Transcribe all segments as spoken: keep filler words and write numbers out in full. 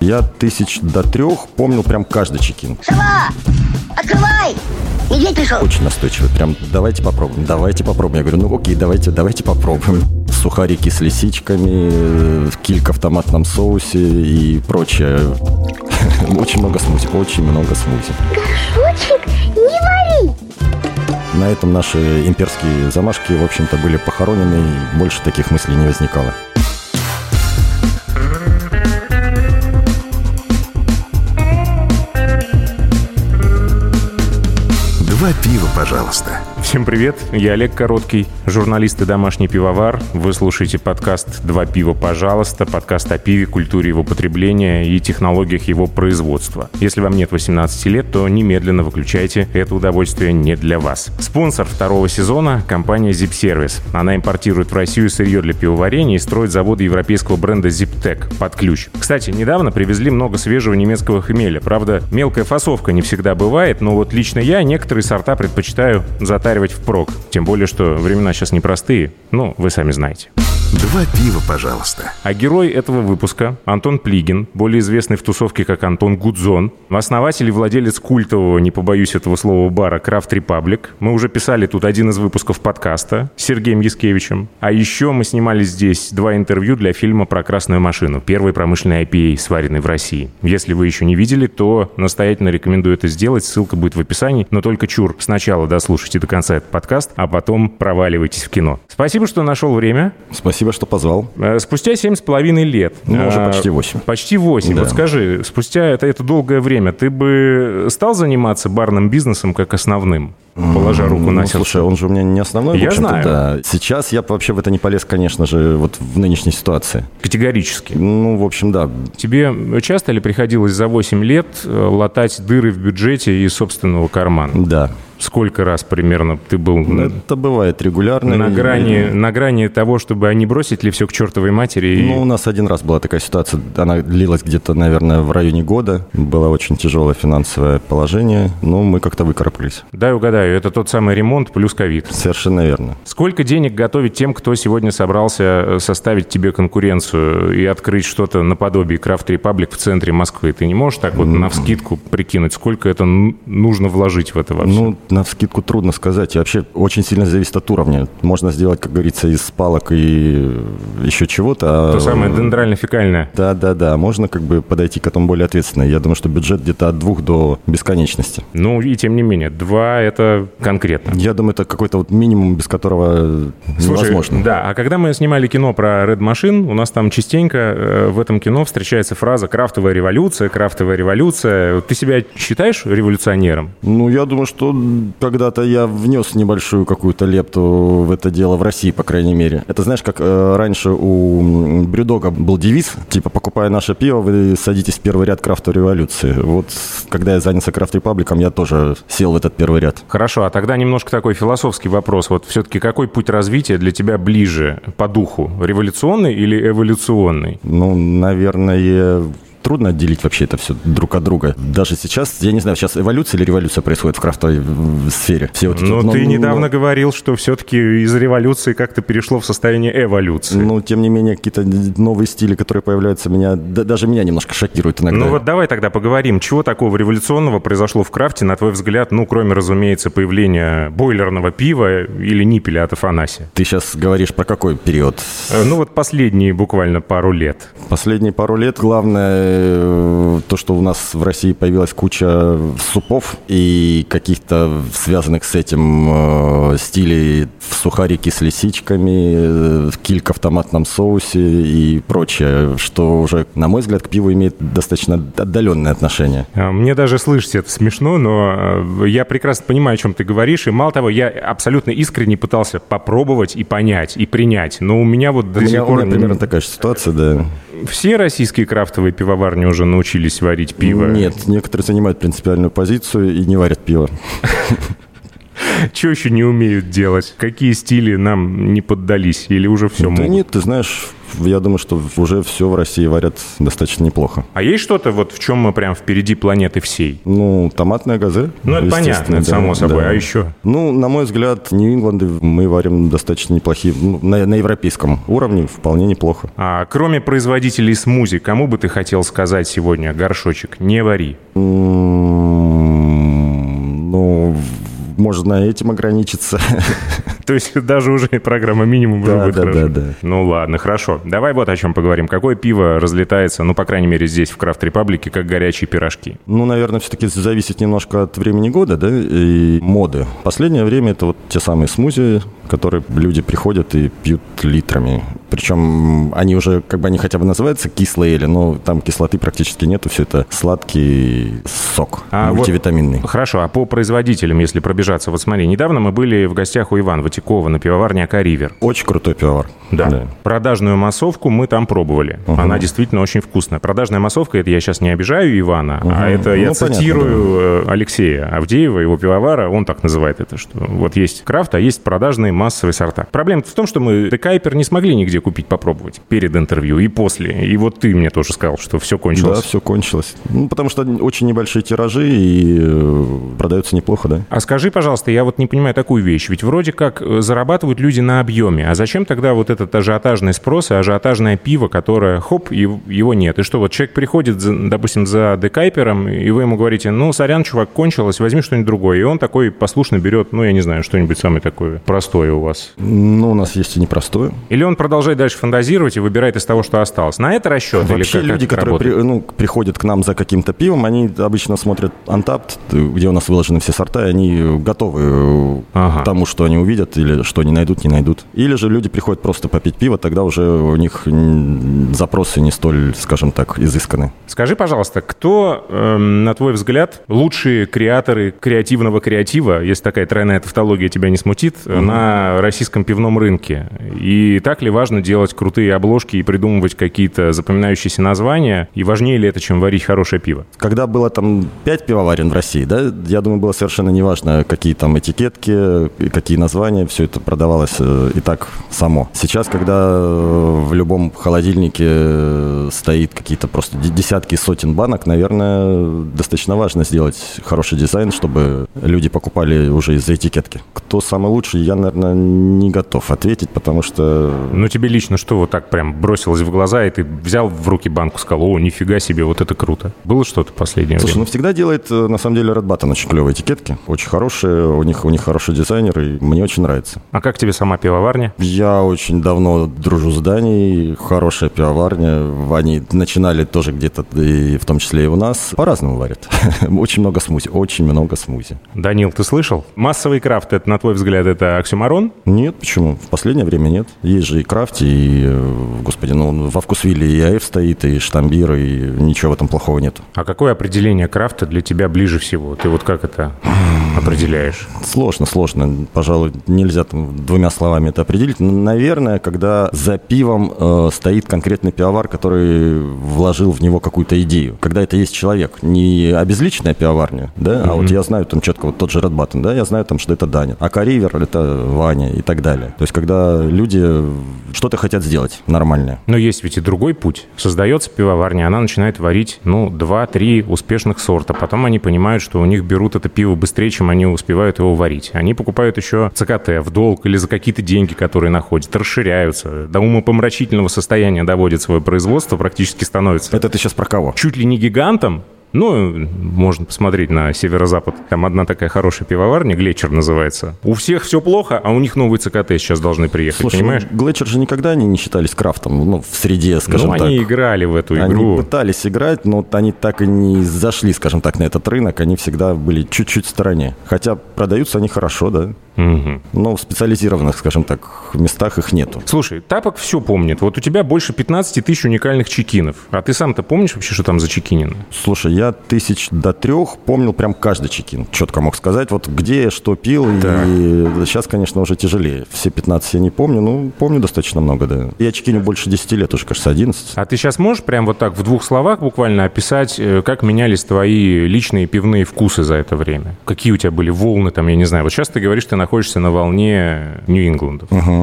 Я тысяч до трех помнил прям каждый чекин. Сова! Открывай! Медведь пришел. Очень настойчиво. Прям давайте попробуем, давайте попробуем. Я говорю, ну окей, давайте, давайте попробуем. Сухарики с лисичками, килька в томатном соусе и прочее. Очень много смузи, очень много смузи. Горшочек, не вари! На этом наши имперские замашки, в общем-то, были похоронены, и больше таких мыслей не возникало. Два пива, пожалуйста. Всем привет, я Олег Короткий, журналист и домашний пивовар. Вы слушаете подкаст «Два пива, пожалуйста», подкаст о пиве, культуре его потребления и технологиях его производства. Если вам нет восемнадцати лет, то немедленно выключайте, это удовольствие не для вас. Спонсор второго сезона – компания ZipService. Она импортирует в Россию сырье для пивоварения и строит заводы европейского бренда ZipTech под ключ. Кстати, недавно привезли много свежего немецкого хмеля. Правда, мелкая фасовка не всегда бывает, но вот лично я некоторые сорта предпочитаю затаривать впрок. Тем более, что времена сейчас непростые. Ну, вы сами знаете. Два пива, пожалуйста. А герой этого выпуска – Антон Плигин, более известный в тусовке как Антон Гудзон, основатель и владелец культового, не побоюсь этого слова, бара Craft Republic. Мы уже писали тут один из выпусков подкаста с Сергеем Яскевичем. А еще мы снимали здесь два интервью для фильма про красную машину, первый промышленный ай пи эй, сваренный в России. Если вы еще не видели, то настоятельно рекомендую это сделать, ссылка будет в описании, но только чур, сначала дослушайте до конца этот подкаст, а потом проваливайтесь в кино. Спасибо, что нашел время. Спасибо. Спасибо, что позвал. Спустя семь с половиной лет. Ну, уже почти восемь. Почти восемь. Да. Вот скажи, спустя это, это долгое время, ты бы стал заниматься барным бизнесом как основным, положа руку ну, на сердце? Слушай, он же у меня не основной, я в общем-то, знаю. Да. Сейчас я бы вообще в это не полез, конечно же, вот в нынешней ситуации. Категорически. Ну, в общем, да. Тебе часто ли приходилось за восемь лет латать дыры в бюджете из собственного кармана? Да. Сколько раз примерно ты был это бывает регулярно. На грани, на грани того, чтобы не бросить ли все к чертовой матери? Ну, и... у нас один раз была такая ситуация. Она длилась где-то, наверное, в районе года. Было очень тяжелое финансовое положение. Но мы как-то выкарабкались. Дай угадаю, это тот самый ремонт плюс ковид. Совершенно верно. Сколько денег готовить тем, кто сегодня собрался составить тебе конкуренцию и открыть что-то наподобие Craft Republic в центре Москвы? Ты не можешь так вот навскидку прикинуть, сколько это нужно вложить в это вообще? Ну, навскидку трудно сказать. И вообще очень сильно зависит от уровня. Можно сделать, как говорится, из палок и еще чего-то. То самое дендрально-фекальное. Да-да-да. Можно как бы подойти к этому более ответственно. Я думаю, что бюджет где-то от двух до бесконечности. Ну и тем не менее, два – это конкретно. Я думаю, это какой-то вот минимум, без которого Слушай, невозможно. Да, а когда мы снимали кино про Red Machine, у нас там частенько в этом кино встречается фраза «крафтовая революция», «крафтовая революция». Ты себя считаешь революционером? Ну, я думаю, что когда-то я внес небольшую какую-то лепту в это дело в России, по крайней мере. Это знаешь, как э, раньше у Брюдога был девиз, типа, покупая наше пиво, вы садитесь в первый ряд крафтовой революции. Вот, когда я занялся Craft Republic, я тоже сел в этот первый ряд. Хорошо, а тогда немножко такой философский вопрос. Вот все-таки какой путь развития для тебя ближе по духу? Революционный или эволюционный? Ну, наверное... Трудно отделить вообще это все друг от друга. Даже сейчас, я не знаю, сейчас эволюция или революция происходит в крафтовой сфере. Все вот но эти, ты но, недавно но... говорил, что все-таки из революции как-то перешло в состояние эволюции. Ну, тем не менее, какие-то новые стили, которые появляются, меня, да, даже меня немножко шокируют иногда. Ну вот давай тогда поговорим, чего такого революционного произошло в крафте, на твой взгляд, ну, кроме, разумеется, появления бойлерного пива или ниппеля от Афанасия? Ты сейчас говоришь про какой период? Ну вот последние буквально пару лет. Последние пару лет главное то, что у нас в России появилась куча супов и каких-то связанных с этим э, стилей сухарики с лисичками, килька в томатном соусе и прочее, что уже, на мой взгляд, к пиву имеет достаточно отдаленное отношение. Мне даже слышать это смешно, но я прекрасно понимаю, о чем ты говоришь, и мало того, я абсолютно искренне пытался попробовать и понять, и принять, но у меня вот до у сих меня, пор... У меня примерно такая же ситуация, да. Все российские крафтовые пивоварни уже научились варить пиво? Нет, некоторые занимают принципиальную позицию и не варят пиво. Что еще не умеют делать? Какие стили нам не поддались? Или уже все да могут? Нет, ты знаешь, я думаю, что уже все в России варят достаточно неплохо. А есть что-то, вот в чем мы прям впереди планеты всей? Ну, томатная газе. Ну, это понятно, это да, само собой. Да. А еще? Ну, на мой взгляд, Нью-Ингланды мы варим достаточно неплохие. Ну, на, на европейском уровне вполне неплохо. А кроме производителей смузи, кому бы ты хотел сказать сегодня, горшочек, не вари? Ну, можно этим ограничиться. То есть даже уже программа минимум уже да, будет да, хорошо. Да, да. Ну ладно, хорошо. Давай вот о чем поговорим. Какое пиво разлетается, ну, по крайней мере, здесь, в Крафт Репаблике, как горячие пирожки? Ну, наверное, все-таки зависит немножко от времени года, да, и моды. В последнее время это вот те самые смузи, которые люди приходят и пьют литрами. Причем они уже, как бы они хотя бы называются кислые или, но там кислоты практически нету, все это сладкий сок, а мультивитаминный. Вот, хорошо, а по производителям, если пробежаться, вот смотри, недавно мы были в гостях у Ивана Ватякова на пивоварне «Ака-Ривер». Очень крутой пивовар. Да. да. Продажную массовку мы там пробовали. Угу. Она действительно очень вкусная. Продажная массовка, это я сейчас не обижаю Ивана, угу. а это я ну, цитирую понятно, да. Алексея Авдеева, его пивовара, он так называет это, что вот есть крафт, а есть продажные массовые сорта. Проблема в том, что мы Декайпер не смогли нигде купить, попробовать перед интервью и после. И вот ты мне тоже сказал, что все кончилось. Да, все кончилось. Ну, потому что очень небольшие тиражи и продаются неплохо, да. А скажи, пожалуйста, я вот не понимаю такую вещь. Ведь вроде как зарабатывают люди на объеме. А зачем тогда вот этот ажиотажный спрос и ажиотажное пиво, которое, хоп, его нет? И что, вот человек приходит, допустим, за Декайпером, и вы ему говорите, ну, сорян, чувак, кончилось, возьми что-нибудь другое. И он такой послушно берет, ну, я не знаю, что-нибудь самое такое простое у вас. Ну, у нас есть и непростое. Или он продолжает дальше фантазировать и выбирает из того, что осталось. На это расчет? Вообще или как, люди, как которые при, ну, приходят к нам за каким-то пивом, они обычно смотрят Untappd, где у нас выложены все сорта, и они готовы ага. к тому, что они увидят, или что они найдут, не найдут. Или же люди приходят просто попить пиво, тогда уже у них запросы не столь, скажем так, изысканы. Скажи, пожалуйста, кто, э, на твой взгляд, лучшие креаторы креативного креатива, если такая тройная тавтология тебя не смутит, угу. на российском пивном рынке? И так ли важно делать крутые обложки и придумывать какие-то запоминающиеся названия? И важнее ли это, чем варить хорошее пиво? Когда было там пять пивоварен в России, да, я думаю, было совершенно неважно, какие там этикетки, какие названия, все это продавалось и так само. Сейчас, когда в любом холодильнике стоит какие-то просто десятки, сотен банок, наверное, достаточно важно сделать хороший дизайн, чтобы люди покупали уже из-за этикетки. Кто самый лучший, я, наверное, не готов ответить, потому что... Ну, тебе лично что вот так прям бросилось в глаза, и ты взял в руки банку, сказал, о, нифига себе, вот это круто. Было что-то последнее Слушай, время? ну всегда делает, на самом деле, Red Button очень клевые этикетки, очень хорошие, у них, у них хороший дизайнер, и мне очень нравится. А как тебе сама пивоварня? Я очень давно дружу с Даней, хорошая пивоварня, они начинали тоже где-то, и в том числе и у нас, по-разному варят. Очень много смузи, очень много смузи. Данил, ты слышал? Массовый крафт, это, на твой взгляд, это оксюморон? Нет, почему? В последнее время нет. Есть же и крафт, и, господи, ну, во Вкусвилле и АЭФ стоит, и штамбир, и ничего в этом плохого нет. А какое определение крафта для тебя ближе всего? Ты вот как это определяешь? Сложно, сложно. Пожалуй, нельзя там двумя словами это определить. Наверное, когда за пивом э, стоит конкретный пивовар, который вложил в него какую-то идею. Когда это есть человек, не обезличенная пивоварня, да, mm-hmm. а вот я знаю там четко вот тот же Red Button, да, я знаю там, что это Даня. Ака-Ривер — это Ваня и так далее. То есть, когда люди что-то хотят сделать нормальное. Но есть ведь и другой путь. Создается пивоварня, она начинает варить, ну, два-три успешных сорта. Потом они понимают, что у них берут это пиво быстрее, чем они успевают его варить. Они покупают еще ЦКТ в долг или за какие-то деньги, которые находят, расширяются, до умопомрачительного состояния доводят свое производство, практически становится... Это ты сейчас про кого? Чуть ли не гигантом. Ну, можно посмотреть на северо-запад. Там одна такая хорошая пивоварня, Глетчер называется. У всех все плохо, а у них новые ЦКТ сейчас должны приехать, слушай, понимаешь? Ну, Глетчер же никогда не, не считались крафтом, ну, в среде, скажем ну, так. Ну, они играли в эту игру. Они пытались играть, но они так и не зашли, скажем так, на этот рынок. Они всегда были чуть-чуть в стороне. Хотя продаются они хорошо, да. Угу. Но в специализированных, скажем так, местах их нету. Слушай, Тапок все помнит. Вот у тебя больше пятнадцать тысяч уникальных чекинов. А ты сам-то помнишь вообще, что там за чекинины? Слушай, я тысяч до трех помнил прям каждый чекин. Четко мог сказать, вот где я что пил. Так. И сейчас, конечно, уже тяжелее. Все пятнадцать я не помню, но помню достаточно много, да. Я чекиню больше десяти лет, уже, кажется, одиннадцать. А ты сейчас можешь прям вот так в двух словах буквально описать, как менялись твои личные пивные вкусы за это время? Какие у тебя были волны там, я не знаю. Вот сейчас ты говоришь, ты находишься на волне Нью-Ингландов. Угу.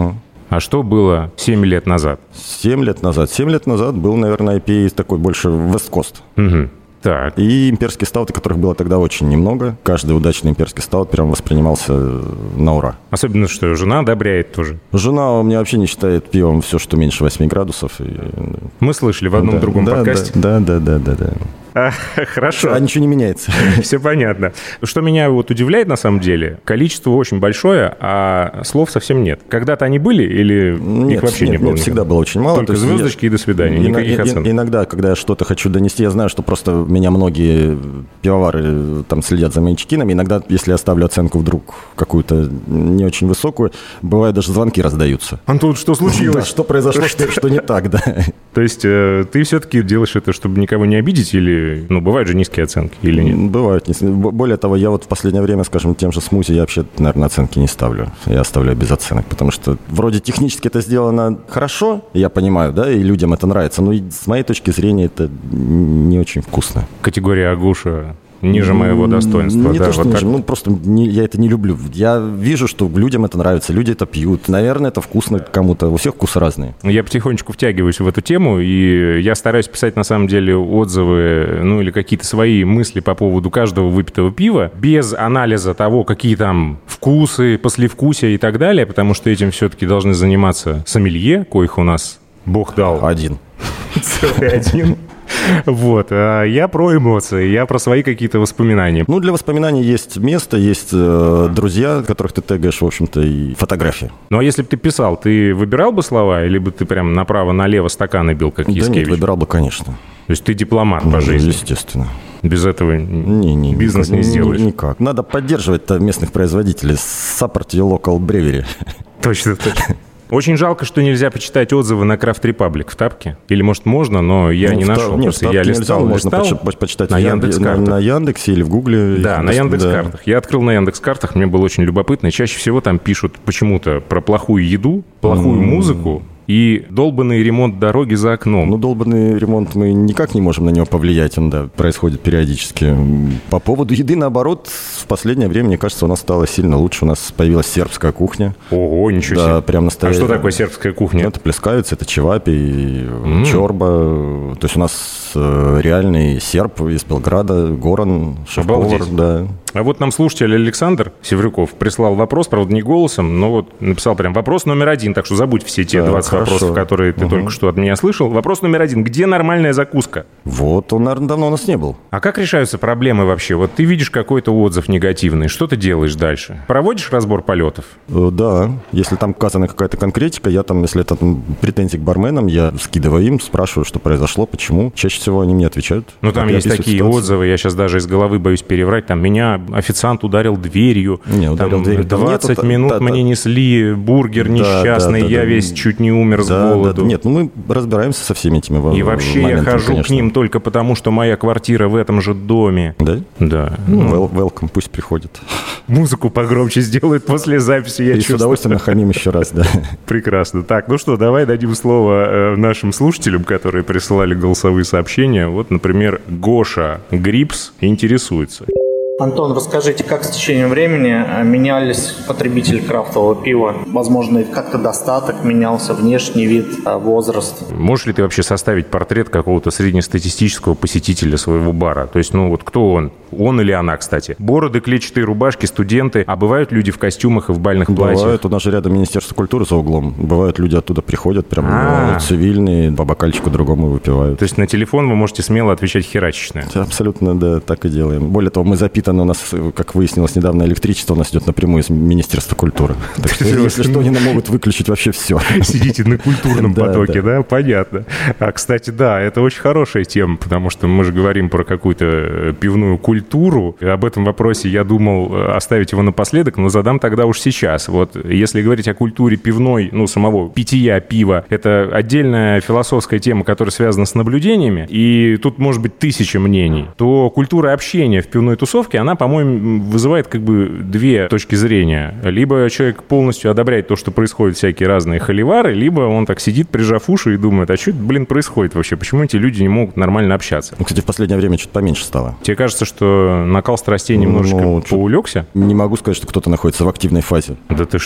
А что было семь лет назад? Семь лет назад. Семь лет назад был, наверное, ай пи эй такой больше West Coast. Угу. Так. И имперские стауты, которых было тогда очень немного. Каждый удачный имперский стаут прям воспринимался на ура. Особенно, что жена одобряет тоже. Жена у меня вообще не считает пивом все, что меньше восьми градусов. И... Мы слышали в одном да, другом да, подкасте. Да, да, да, да, да. А, хорошо. А ничего не меняется. Все понятно. Что меня вот удивляет на самом деле, количество очень большое, а слов совсем нет. Когда-то они были или нет, их вообще нет, не было? Нет, всегда было очень мало. Только звездочки я... и до свидания, никаких оценок. Иногда, когда я что-то хочу донести, я знаю, что просто меня многие пивовары там следят за моими чекинами. Иногда, если я ставлю оценку вдруг какую-то не очень высокую, бывает даже звонки раздаются. Антон, что случилось? Да, что произошло, что, что не так, да. То есть э, ты все-таки делаешь это, чтобы никого не обидеть, или, ну, бывают же низкие оценки, или нет? Бывают. Более того, я вот в последнее время, скажем, тем же смузи я вообще, наверное, оценки не ставлю. Я оставляю без оценок, потому что вроде технически это сделано хорошо, я понимаю, да, и людям это нравится, но с моей точки зрения это не очень вкусно. Категория Агуша ниже моего достоинства. Не да, то, что вот ниже, так. ну просто не, я это не люблю. Я вижу, что людям это нравится, люди это пьют. Наверное, это вкусно кому-то. У всех вкусы разные. Я потихонечку втягиваюсь в эту тему, и я стараюсь писать, на самом деле, отзывы, ну, или какие-то свои мысли по поводу каждого выпитого пива, без анализа того, какие там вкусы, послевкусия и так далее, потому что этим все-таки должны заниматься сомелье, коих у нас Бог дал. Один. Целый один. Вот, а я про эмоции, я про свои какие-то воспоминания. Ну, для воспоминаний есть место, есть э, друзья, которых ты тегаешь, в общем-то, и фотографии. Ну, а если бы ты писал, ты выбирал бы слова, или бы ты прям направо-налево стаканы бил, как Яскевич? Да нет, выбирал бы, конечно. То есть ты дипломат по Ну, жизни? естественно. Без этого не, не, бизнес никак, не сделаешь? Ни, никак. Надо поддерживать местных производителей. Support your local brewery. Точно, точно. Очень жалко, что нельзя почитать отзывы на Craft Republic в Тапке. Или, может, можно, но я ну, не в, нашел. Нет, в Тапке я нельзя, листал, можно листал поч- почитать на в Яндекс.Картах. На, на Яндексе или в Гугле. Да, на Яндекс.Картах. Да. Я открыл на Яндекс.Картах, мне было очень любопытно. Чаще всего там пишут почему-то про плохую еду, плохую mm. музыку и долбанный ремонт дороги за окном. Ну, долбанный ремонт, мы никак не можем на него повлиять, он, да, происходит периодически. По поводу еды, наоборот, в последнее время, мне кажется, у нас стало сильно лучше. У нас появилась сербская кухня. Ого, ничего себе. Да, прям настоящая. А что такое сербская кухня? Ну, это плескавица, это чевапи, mm. чорба. То есть у нас реальный серб из Белграда, Горан, шеф-повар, да. А вот нам слушатель Александр Севрюков прислал вопрос, правда, не голосом, но вот написал прям вопрос номер один, так что забудь все те двадцать да, вопросов, которые ты угу. только что от меня слышал. Вопрос номер один. Где нормальная закуска? Вот, он, наверное, давно у нас не был. А как решаются проблемы вообще? Вот ты видишь какой-то отзыв негативный, что ты делаешь дальше? Проводишь разбор полетов? Да, если там указана какая-то конкретика, я там, если это там, претензии к барменам, я скидываю им, спрашиваю, что произошло, почему. Чаще всего они мне отвечают. Ну, там есть такие ситуацию. Отзывы, я сейчас даже из головы боюсь переврать, там меня официант ударил дверью, не, ударил там дверью. двадцать Нет, минут да, мне да, несли бургер несчастный, да, да, я да, весь да, чуть не умер с да, голоду. Да, нет, ну мы разбираемся со всеми этими вопросами. И вообще я хожу конечно. К ним только потому, что моя квартира в этом же доме. Да? Да. Ну, welcome, пусть приходит. Музыку погромче сделают после записи, я И чувствую. с удовольствием нахамим еще раз, да. Прекрасно. Так, ну что, давай дадим слово нашим слушателям, которые присылали голосовые сообщения. Вот, например, Гоша Грипс интересуется. Антон, расскажите, как с течением времени менялись потребители крафтового пива? Возможно, как-то достаток менялся, внешний вид, возраст? Можешь ли ты вообще составить портрет какого-то среднестатистического посетителя своего бара? То есть, ну вот кто он? Он или она, кстати? Бороды, клетчатые рубашки, студенты. А бывают люди в костюмах и в бальных бывают, платьях? Бывают. У нас же рядом Министерство культуры за углом. Бывают люди оттуда приходят, прям ну, цивильные, по бокальчику другому выпивают. То есть на телефон вы можете смело отвечать херачечно? Абсолютно, да, так и делаем. Более того, мы запитаны. У нас, как выяснилось недавно, электричество у нас идет напрямую из Министерства культуры. Так что, если что, они нам могут выключить вообще все. Сидите на культурном потоке, да? Понятно. А, кстати, да, это очень хорошая тема, потому что мы же говорим про какую-то пивную культуру. Об этом вопросе я думал оставить его напоследок, но задам тогда уж сейчас. Вот если говорить о культуре пивной, ну, самого питья пива, это отдельная философская тема, которая связана с наблюдениями, и тут может быть тысяча мнений, то культура общения в пивной тусовке, она, по-моему, вызывает как бы две точки зрения. Либо человек полностью одобряет то, что происходят всякие разные холивары, либо он так сидит, прижав уши и думает, а что это, блин, происходит вообще? Почему эти люди не могут нормально общаться? Ну, кстати, в последнее время что-то поменьше стало. Тебе кажется, что накал страстей немножечко ну, поулегся? Не могу сказать, что кто-то находится в активной фазе. Да ты что?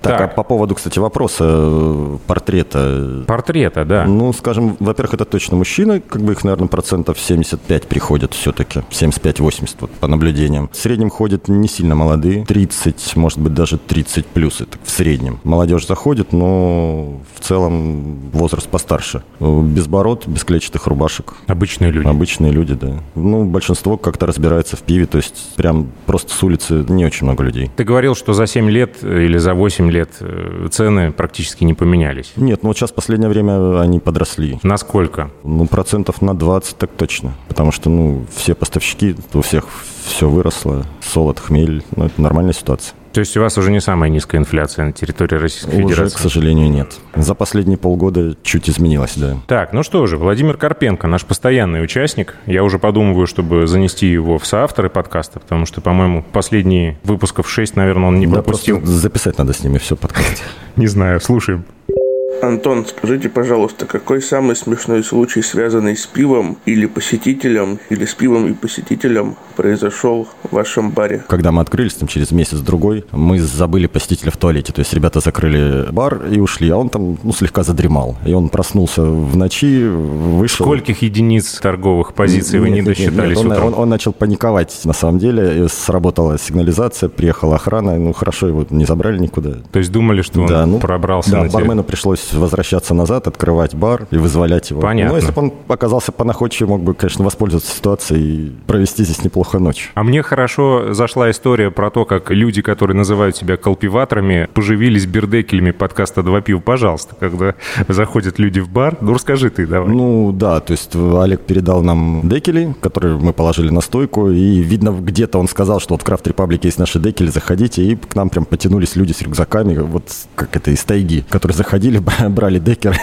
Так, Так. а по поводу, кстати, вопроса э, портрета. Портрета, да. Ну, скажем, во-первых, это точно мужчины, как бы их, наверное, процентов семьдесят пять приходят все-таки, семьдесят пять - восемьдесят вот, по наблюдениям. В среднем ходят не сильно молодые, тридцать, может быть, даже тридцать плюс, это в среднем. Молодежь заходит, но в целом возраст постарше. Без бород, без клетчатых рубашек. Обычные люди. Обычные люди, да. Ну, большинство как-то разбирается в пиве, то есть прям просто с улицы не очень много людей. Ты говорил, что за семь лет или за восемь лет э, цены практически не поменялись. Нет, ну вот сейчас в последнее время они подросли. Насколько? Ну, процентов на двадцать так точно. Потому что, ну, все поставщики, у всех все выросло. Солод, хмель, ну, это нормальная ситуация. То есть у вас уже не самая низкая инфляция на территории Российской Уже, Федерации? к сожалению, нет. За последние полгода чуть изменилось, да. Так, ну что же, Владимир Карпенко, наш постоянный участник. Я уже подумываю, чтобы занести его в соавторы подкаста, потому что, по-моему, последние выпусков шесть, наверное, он не Да, пропустил. просто записать надо с ними все подкаст. Не знаю, слушаем. Антон, скажите, пожалуйста, какой самый смешной случай, связанный с пивом или посетителем, или с пивом и посетителем, произошел в вашем баре? Когда мы открылись, там, через месяц-другой, мы забыли посетителя в туалете. То есть ребята закрыли бар и ушли, а он там, ну, слегка задремал. И он проснулся в ночи, вышел... Скольких единиц торговых позиций вы не Нет, нет, нет, досчитались нет, он, утром? он, он начал паниковать, на самом деле. И сработала сигнализация, приехала охрана. Ну, хорошо, его не забрали никуда. То есть думали, что он Да, ну, пробрался да, на территорию? бармену пришлось возвращаться назад, открывать бар и вызволять его. Понятно. Ну, если бы он оказался понаходчивее, мог бы, конечно, воспользоваться ситуацией и провести здесь неплохо ночь. А мне хорошо зашла история про то, как люди, которые называют себя колпиваторами, поживились бердекелями подкаста «Два пива, пожалуйста», когда заходят люди в бар. Ну, расскажи ты, давай. Ну, да, то есть Олег передал нам декели, которые мы положили на стойку, и, видно, где-то он сказал, что вот в Крафт Репаблике есть наши декели, заходите, и к нам прям потянулись люди с рюкзаками, вот как это, из тайги, которые заходили, брали декеры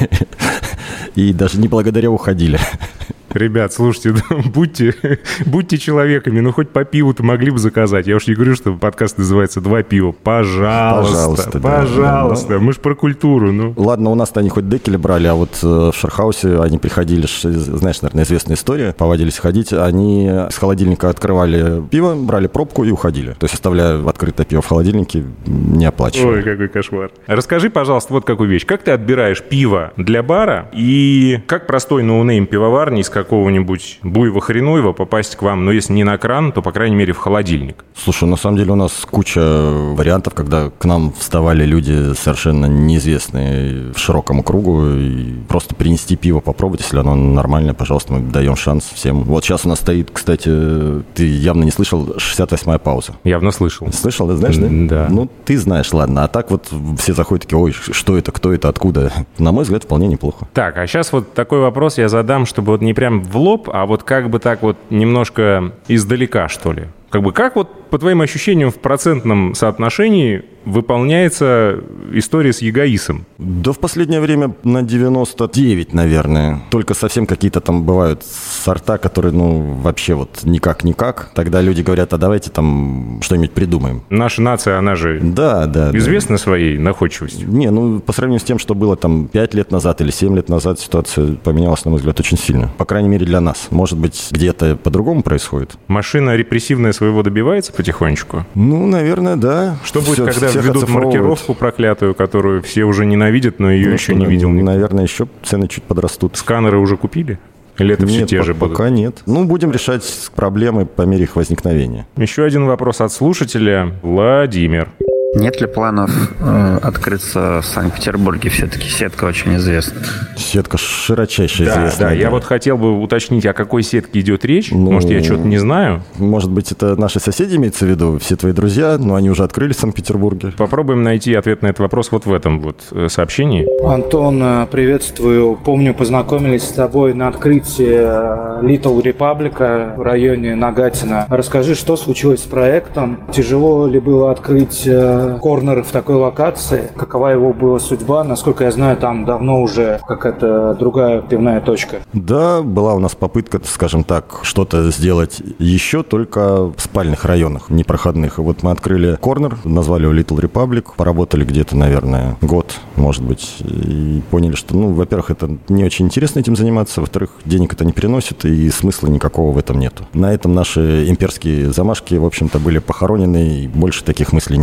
и даже не благодаря уходили. Ребят, слушайте, будьте, будьте человеками, ну хоть по пиву-то могли бы заказать. Я уж не говорю, что подкаст называется «Два пива». Пожалуйста, Пожалуйста, да, пожалуйста. да, да. Мы ж про культуру, ну. Ладно, у нас-то они хоть декели брали, а вот в Шерхаусе они приходили, знаешь, наверное, известная история, повадились ходить, они с холодильника открывали пиво, брали пробку и уходили. То есть оставляя открытое пиво в холодильнике, не оплачивая. Ой, какой кошмар. Расскажи, пожалуйста, вот какую вещь. Как ты отбираешь пиво для бара и как простой ноунейм пивовар из какого-нибудь Буева-Хренуева попасть к вам, ну, если не на кран, то, по крайней мере, в холодильник? Слушай, на самом деле у нас куча вариантов, когда к нам вставали люди совершенно неизвестные в широкому кругу, и просто принести пиво попробовать, если оно нормальное, пожалуйста, мы даем шанс всем. Вот сейчас у нас стоит, кстати, ты явно не слышал, шестьдесят восьмая пауза. Явно слышал. Слышал, да, знаешь, да? Да. Ну, ты знаешь, ладно. А так вот все заходят такие, ой, что это, кто это, откуда? На мой взгляд, вполне неплохо. Так, а сейчас вот такой вопрос я задам, чтобы вот не прям в лоб, а вот как бы так вот немножко издалека, что ли. Как бы как вот, по твоим ощущениям, в процентном соотношении выполняется история с ягоисом? Да в последнее время на девяносто девять, наверное. Только совсем какие-то там бывают сорта, которые, ну, вообще вот никак-никак. Тогда люди говорят, а давайте там что-нибудь придумаем. Наша нация, она же Да, да. известна да. своей находчивостью. Не, ну, по сравнению с тем, что было там пять лет назад или семь лет назад, ситуация поменялась, на мой взгляд, очень сильно. По крайней мере, для нас. Может быть, где-то по-другому происходит? Машина репрессивная своего добивается потихонечку? Ну, наверное, да. Что будет, Всё- когда всех введут оцифровывают. маркировку проклятую, которую все уже ненавидят, но ее Ну, еще не видел никто? Наверное, еще цены чуть подрастут. Сканеры уже купили? Или это все Нет, те по- же будут? пока нет. Ну, будем решать проблемы по мере их возникновения. Еще один вопрос от слушателя. Владимир. Нет ли планов э, открыться в Санкт-Петербурге? Все-таки сетка очень известна. Сетка широчайше Да, известная. да, я вот хотел бы уточнить, о какой сетке идет речь. Ну, Может, я что-то не знаю. Может быть, это наши соседи имеется в виду, все твои друзья, но они уже открылись в Санкт-Петербурге. Попробуем найти ответ на этот вопрос вот в этом вот э, сообщении. Антон, э, приветствую. Помню, познакомились с тобой на открытии э, Little Republic в районе Нагатина. Расскажи, что случилось с проектом? Тяжело ли было открыть э, корнер в такой локации? Какова его была судьба? Насколько я знаю, там давно уже какая-то другая пивная точка. Да, была у нас попытка, скажем так, что-то сделать еще, только в спальных районах, непроходных. И вот мы открыли корнер, назвали его Little Republic, поработали где-то, наверное, год, может быть, и поняли, что, ну, во-первых, это не очень интересно этим заниматься, во-вторых, денег это не приносит, и смысла никакого в этом нету. На этом наши имперские замашки, в общем-то, были похоронены, и больше таких мыслей не возникало.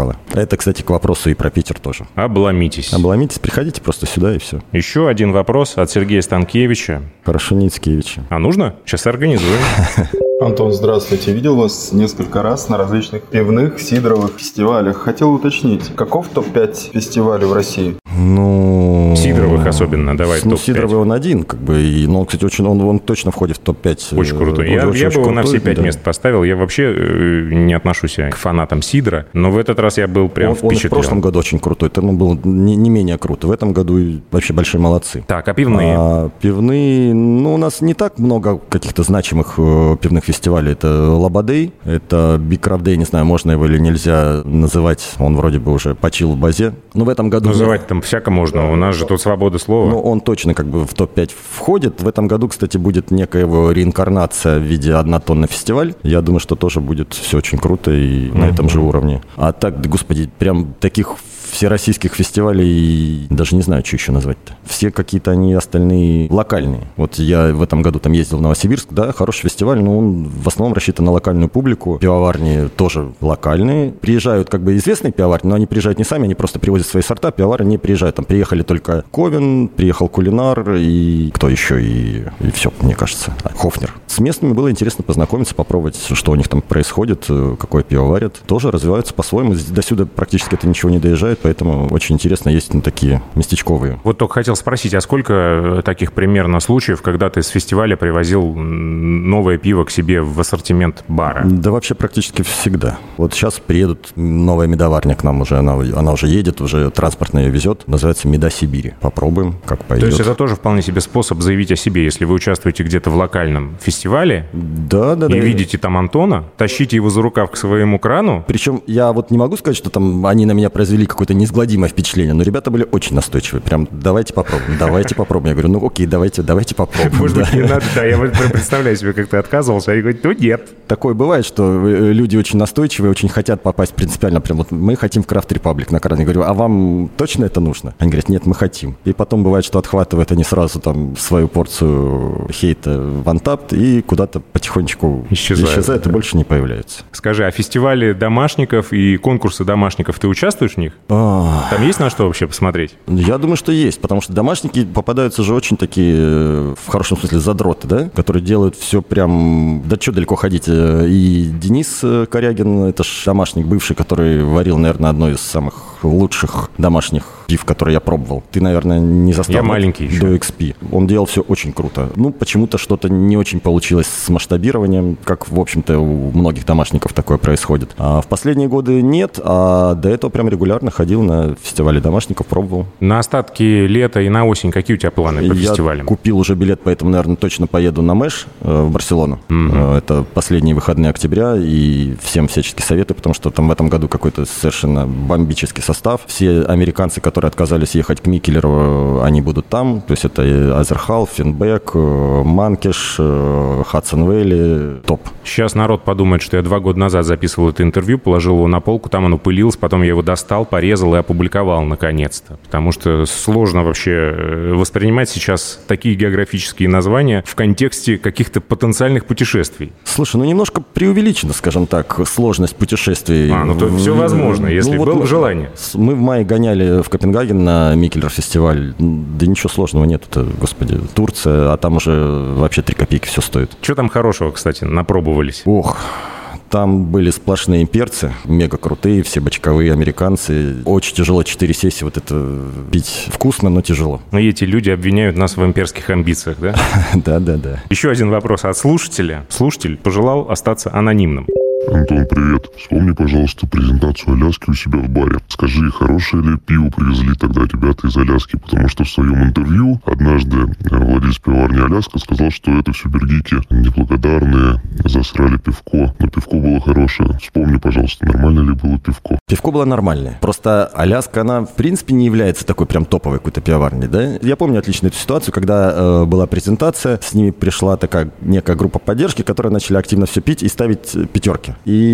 весело. Это, кстати, к вопросу и про Питер тоже. Обломитесь. Обломитесь, приходите просто сюда и все. Еще один вопрос от Сергея Станкевича. Хорошо, Ницкевича. А нужно? Сейчас организуем. Антон, здравствуйте. Видел вас несколько раз на различных пивных, сидровых фестивалях. Хотел уточнить, каков топ пять фестивалей в России? Ну... Сидоровых особенно, давай ну, топ пять. Сидоровый он один, как бы, и, но он, кстати, очень, он, он точно входит в топ пять. Очень крутой. Я, очень, я очень бы его крутой, на все пять да. мест поставил. Я вообще э, не отношусь к фанатам Сидора, но в этот раз я был прям он, впечатлен. Он в прошлом году очень крутой, это ну, было не, не менее круто. В этом году вообще большие молодцы. Так, а пивные? А, пивные, ну, у нас не так много каких-то значимых э, пивных фестивалей. Это Лободей, это Big Craft Day, не знаю, можно его или нельзя называть, он вроде бы уже почил в базе. Но в этом году... Называть там всяко можно, у нас же тут свобода слова. Ну, он точно как бы в топ пять входит. В этом году, кстати, будет некая его реинкарнация в виде однотонный фестиваль. Я думаю, что тоже будет все очень круто и mm-hmm. на этом же уровне. А так, да, господи, прям таких всероссийских фестивалей, даже не знаю, что еще назвать-то. Все какие-то они остальные локальные. Вот я в этом году там ездил в Новосибирск, да, хороший фестиваль, но он в основном рассчитан на локальную публику. Пивоварни тоже локальные. Приезжают как бы известные пивоварни, но они приезжают не сами, они просто привозят свои сорта. Пивовары не приезжают. Там приехали только Ковен, приехал Кулинар и кто еще, и, и все, мне кажется. Хофнер. С местными было интересно познакомиться, попробовать, что у них там происходит, какое пиво варят. Тоже развиваются по-своему. До сюда практически это ничего не доезжает, поэтому очень интересно, есть ну, такие местечковые. Вот только хотел спросить, а сколько таких примерно случаев, когда ты с фестиваля привозил новое пиво к себе в ассортимент бара? Да вообще практически всегда. Вот сейчас приедут, новая медоварня к нам уже, она, она уже едет, уже транспортно ее везет, называется «Меда Сибири». Попробуем, как пойдет. То есть это тоже вполне себе способ заявить о себе, если вы участвуете где-то в локальном фестивале да, да, и да. видите там Антона, тащите его за рукав к своему крану. Причем я вот не могу сказать, что там они на меня произвели какое-то неизгладимое впечатление, но ребята были очень настойчивы. Прям давайте попробуем, давайте попробуем. Я говорю, ну окей, давайте, давайте попробуем. Может быть, не надо, да, я представляю себе, как ты отказывался, а они говорят, ну нет. Такое бывает, что люди очень настойчивые, очень хотят попасть принципиально. Прям вот мы хотим в Craft Republic на кран. Я говорю, а вам точно это нужно? Они говорят, нет, мы хотим. И потом бывает, что отхватывают они сразу там свою порцию хейта в Untappd и куда-то потихонечку исчезают, исчезают да. и больше не появляются. Скажи, а фестивали домашников и конкурсы домашников, ты участвуешь в них? А... Там есть на что вообще посмотреть? Я думаю, что есть, потому что домашники попадаются же очень такие, в хорошем смысле, задроты, да, которые делают все прям, да что далеко ходить. И Денис Корягин, это ж домашник бывший, который варил, наверное, одно из самых лучших домашних пив, которые я пробовал. Ты, наверное, не застал. Я маленький еще. До икс пи. Он делал все очень круто. Ну, почему-то что-то не очень получилось с масштабированием, как, в общем-то, у многих домашников такое происходит. А в последние годы нет, а до этого прям регулярно ходил на фестивали домашников, пробовал. На остатки лета и на осень какие у тебя планы по я фестивалям? Я купил уже билет, поэтому, наверное, точно поеду на Мэш э, в Барселону. Mm-hmm. Э, это последние выходные октября, и всем всячески советую, потому что там в этом году какой-то совершенно бомбический состав. Все американцы, которые отказались ехать к Микелеру, они будут там. То есть это Азерхал, Финбек, Манкиш, Хадсон Вейли, топ. Сейчас народ подумает, что я два года назад записывал это интервью, положил его на полку, там оно пылилось, потом я его достал, порезал и опубликовал наконец-то. Потому что сложно вообще воспринимать сейчас такие географические названия в контексте каких-то потенциальных путешествий. Слушай, ну немножко преувеличено, скажем так, сложность путешествий. А, ну то все возможно, если ну, было вот желание. Мы в мае гоняли в Копенгаген на Микелер фестиваль. Да ничего сложного нет, это, господи, Турция, а там уже вообще три копейки все стоит. Что там хорошего, кстати, напробовались? Ох... Там были сплошные имперцы, мега крутые, все бочковые американцы. Очень тяжело четыре сессии вот это пить. Вкусно, но тяжело. Но эти люди обвиняют нас в имперских амбициях, да? Да-да-да. Еще один вопрос от слушателя. Слушатель пожелал остаться анонимным. Антон, привет. Вспомни, пожалуйста, презентацию Аляски у себя в баре. Скажи, хорошее ли пиво привезли тогда ребята из Аляски? Потому что в своем интервью однажды владелец пивоварни Аляска сказал, что это все бельгийки неблагодарные, засрали пивко. Но пивко было хорошее. Вспомни, пожалуйста, нормально ли было пивко? Пивко было нормальное. Просто Аляска, она, в принципе, не является такой прям топовой какой-то пивоварней, да? Я помню отлично эту ситуацию, когда э, была презентация, с ними пришла такая некая группа поддержки, которые начали активно все пить и ставить пятерки.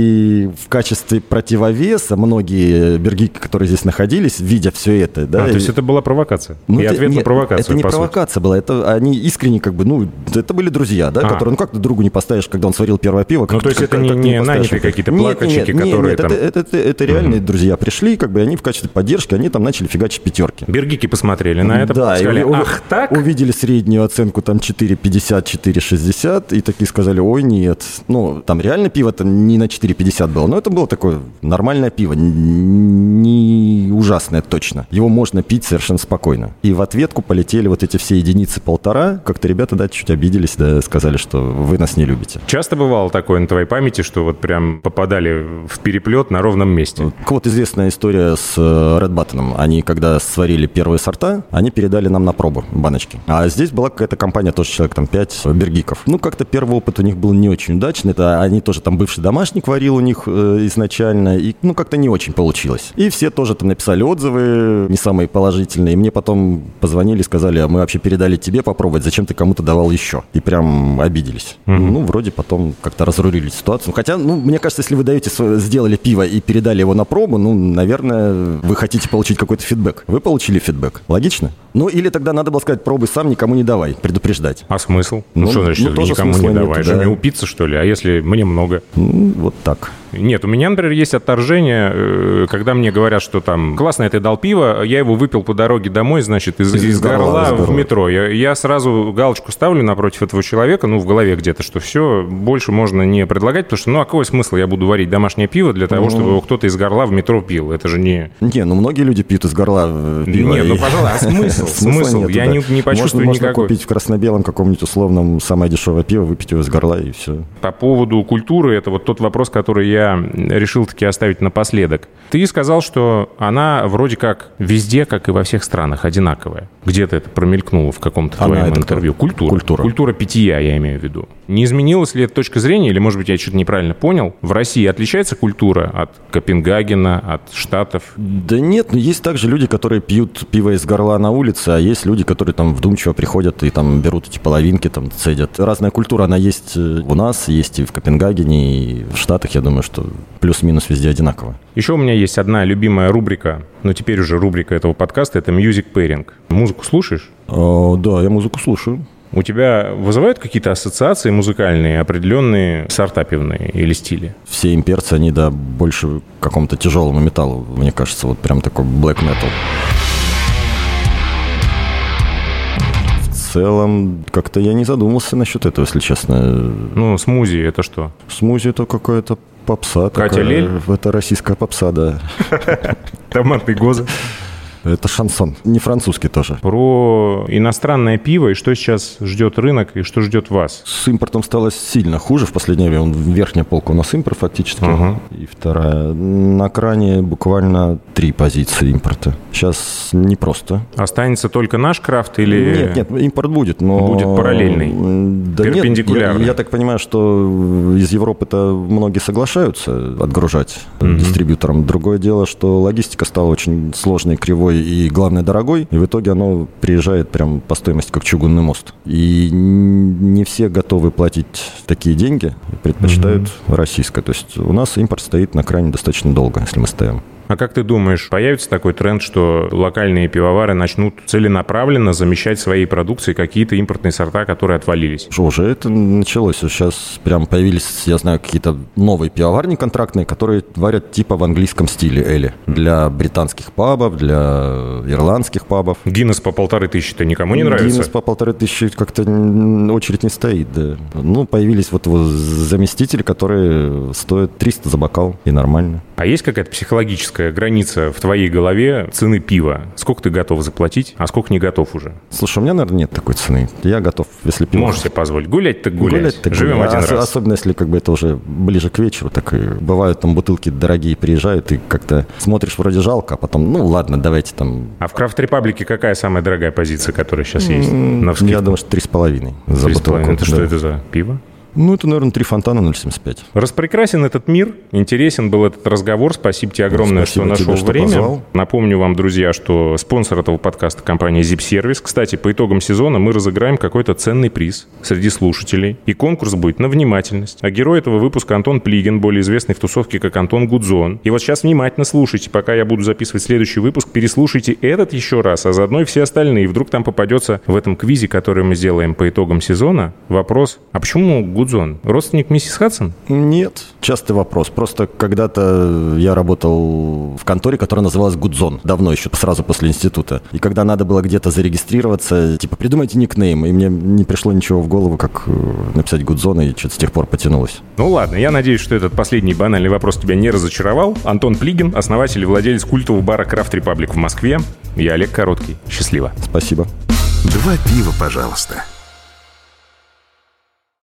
И в качестве противовеса многие бельгийки, которые здесь находились, видя все это... Да, а, и... то есть это была провокация? Ну, и это, ответ нет, на провокацию, это не по провокация сути. была, это они искренне как бы, ну, это были друзья, да, а. которые, ну, как ты другу не поставишь, когда он свои сварил первое пиво. Ну, то есть это не, не нанятые какие-то плакальщики, нет, нет, которые нет, там... это, это, это, это реальные угу. друзья пришли, как бы они в качестве поддержки, они там начали фигачить пятерки. Бергики посмотрели на это, да, сказали, и, ах, так? Увидели среднюю оценку там четыре пятьдесят, четыре шестьдесят, и такие сказали, ой, нет. Ну, там реально пиво-то не на четыре пятьдесят было, но это было такое нормальное пиво, не ужасное точно. Его можно пить совершенно спокойно. И в ответку полетели вот эти все единицы полтора, как-то ребята, да, чуть обиделись, да, сказали, что вы нас не любите. Часто бывало такое на твоей памяти, что вот прям попадали в переплет на ровном месте? Вот, вот известная история с Red Button. Они, когда сварили первые сорта, они передали нам на пробу баночки. А здесь была какая-то компания, тоже человек там пять бергиков. Ну, как-то первый опыт у них был не очень удачный. Это они тоже там бывший домашник варил у них э, изначально. И, ну, как-то не очень получилось. И все тоже там написали отзывы, не самые положительные. И мне потом позвонили, сказали, а мы вообще передали тебе попробовать, зачем ты кому-то давал еще? И прям обиделись. Mm-hmm. Ну, вроде потом как-то разрулили ситуацию. Хотя, ну, мне кажется, если вы даете, сделали пиво и передали его на пробу, ну, наверное, вы хотите получить какой-то фидбэк. Вы получили фидбэк. Логично? Ну, или тогда надо было сказать, пробуй сам, никому не давай, предупреждать. А смысл? Ну, ну что значит, ну, никому не давай? Что, да. Мне упиться, что ли? А если мне много? Ну, вот так. Нет, у меня, например, есть отторжение, когда мне говорят, что там, классно, я тебе дал пиво, я его выпил по дороге домой, значит, из, из, из горла, горла в метро. Я, я сразу галочку ставлю напротив этого человека, ну, в голове где-то, что все, больше можно не предлагать, потому что, ну, а какой смысл? Я буду варить домашнее пиво для того, mm-hmm. чтобы его кто-то из горла в метро пил. Это же не... Не, ну, многие люди пьют из горла пиво. Нет, ну, пожалуйста, а смысл? Смысл? Я не почувствую никакой. Можно купить в красно-белом каком-нибудь условном самое дешевое пиво, выпить его из горла, и все. По поводу культуры, это вот тот вопрос, который я решил таки оставить напоследок. Ты сказал, что она вроде как везде, как и во всех странах, одинаковая. Где-то это промелькнуло в каком-то она твоем интервью. Культура. Культура. Культура питья, я имею в виду. Не изменилась ли эта точка зрения, или, может быть, я что-то неправильно понял? В России отличается культура от Копенгагена, от Штатов? Да нет, но есть также люди, которые пьют пиво из горла на улице, а есть люди, которые там вдумчиво приходят и там берут эти половинки, там цедят. Разная культура, она есть у нас, есть и в Копенгагене, и в Штатах, я думаю, что плюс-минус везде одинаково. Еще у меня есть одна любимая рубрика, но теперь уже рубрика этого подкаста, это Music Pairing. Музыку слушаешь? О, да, я музыку слушаю. У тебя вызывают какие-то ассоциации музыкальные, определенные сорта пивные или стили? Все имперцы, они, да, больше к какому-то тяжелому металлу, мне кажется, вот прям такой black metal. В целом, как-то я не задумался насчет этого, если честно. Ну, смузи это что? Смузи это какая-то попса. Катя такая, Лель? Это российская попса, да. Томатный гоза. Это шансон, не французский тоже. Про иностранное пиво и что сейчас ждет рынок и что ждет вас? С импортом стало сильно хуже в последнее время. Верхняя полка у нас импорт фактически. Uh-huh. И вторая. На кране буквально три позиции импорта. Сейчас непросто. Останется только наш крафт или... Нет, нет, импорт будет, но... Будет параллельный, да перпендикулярный. Нет, я, я так понимаю, что из Европы-то многие соглашаются отгружать uh-huh. дистрибьюторам. Другое дело, что логистика стала очень сложной, кривой и, главное, дорогой, и в итоге оно приезжает прям по стоимости, как чугунный мост. И не все готовы платить такие деньги, предпочитают mm-hmm. российское. То есть у нас импорт стоит на кране достаточно долго, если мы ставим. А как ты думаешь, появится такой тренд, что локальные пивовары начнут целенаправленно замещать своей продукцией какие-то импортные сорта, которые отвалились? Что, уже это началось. Сейчас прям появились, я знаю, какие-то новые пивоварни контрактные, которые варят типа в английском стиле эли. Для британских пабов, для ирландских пабов. Гиннес по полторы тысячи-то никому не нравится? Гиннес по полторы тысячи как-то очередь не стоит, да. Ну, появились вот его заместители, которые стоят триста за бокал, и нормально. А есть какая-то психологическая граница в твоей голове цены пива? Сколько ты готов заплатить, а сколько не готов уже? Слушай, у меня, наверное, нет такой цены. Я готов, если пиво... Можешь себе позволить. Гулять так гулять. Гулять так Живем гулять. один а, раз. Особенно, если как бы это уже ближе к вечеру. Так и бывают там бутылки дорогие приезжают, и как-то смотришь вроде жалко, а потом, ну ладно, давайте там... А в Крафт Репаблике какая самая дорогая позиция, которая сейчас есть? На вскидку? Я думаю, что три с половиной за бутылку. Это что это за пиво? Ну, это, наверное, три фонтана ноль семьдесят пять. Распрекрасен этот мир, интересен был этот разговор. Спасибо тебе огромное, Спасибо что тебе, нашел что время. позвал. Напомню вам, друзья, что спонсор этого подкаста — компания Zip Service. Кстати, по итогам сезона мы разыграем какой-то ценный приз среди слушателей. И конкурс будет на внимательность. А герой этого выпуска — Антон Плигин, более известный в тусовке как Антон Гудзон. И вот сейчас внимательно слушайте, пока я буду записывать следующий выпуск. Переслушайте этот еще раз, а заодно и все остальные. Вдруг там попадется в этом квизе, который мы сделаем по итогам сезона, вопрос: а почему Гудзон Гудзон? Родственник миссис Хадсон? Нет, частый вопрос. Просто когда-то я работал в конторе, которая называлась Гудзон. Давно еще, сразу после института. И когда надо было где-то зарегистрироваться, типа, придумайте никнейм. И мне не пришло ничего в голову, как написать Гудзон, и что-то с тех пор потянулось. Ну ладно, я надеюсь, что этот последний банальный вопрос тебя не разочаровал. Антон Плигин, основатель и владелец культового бара Крафт Репаблик в Москве. Я Олег Короткий. Счастливо. Спасибо. Два пива, пожалуйста.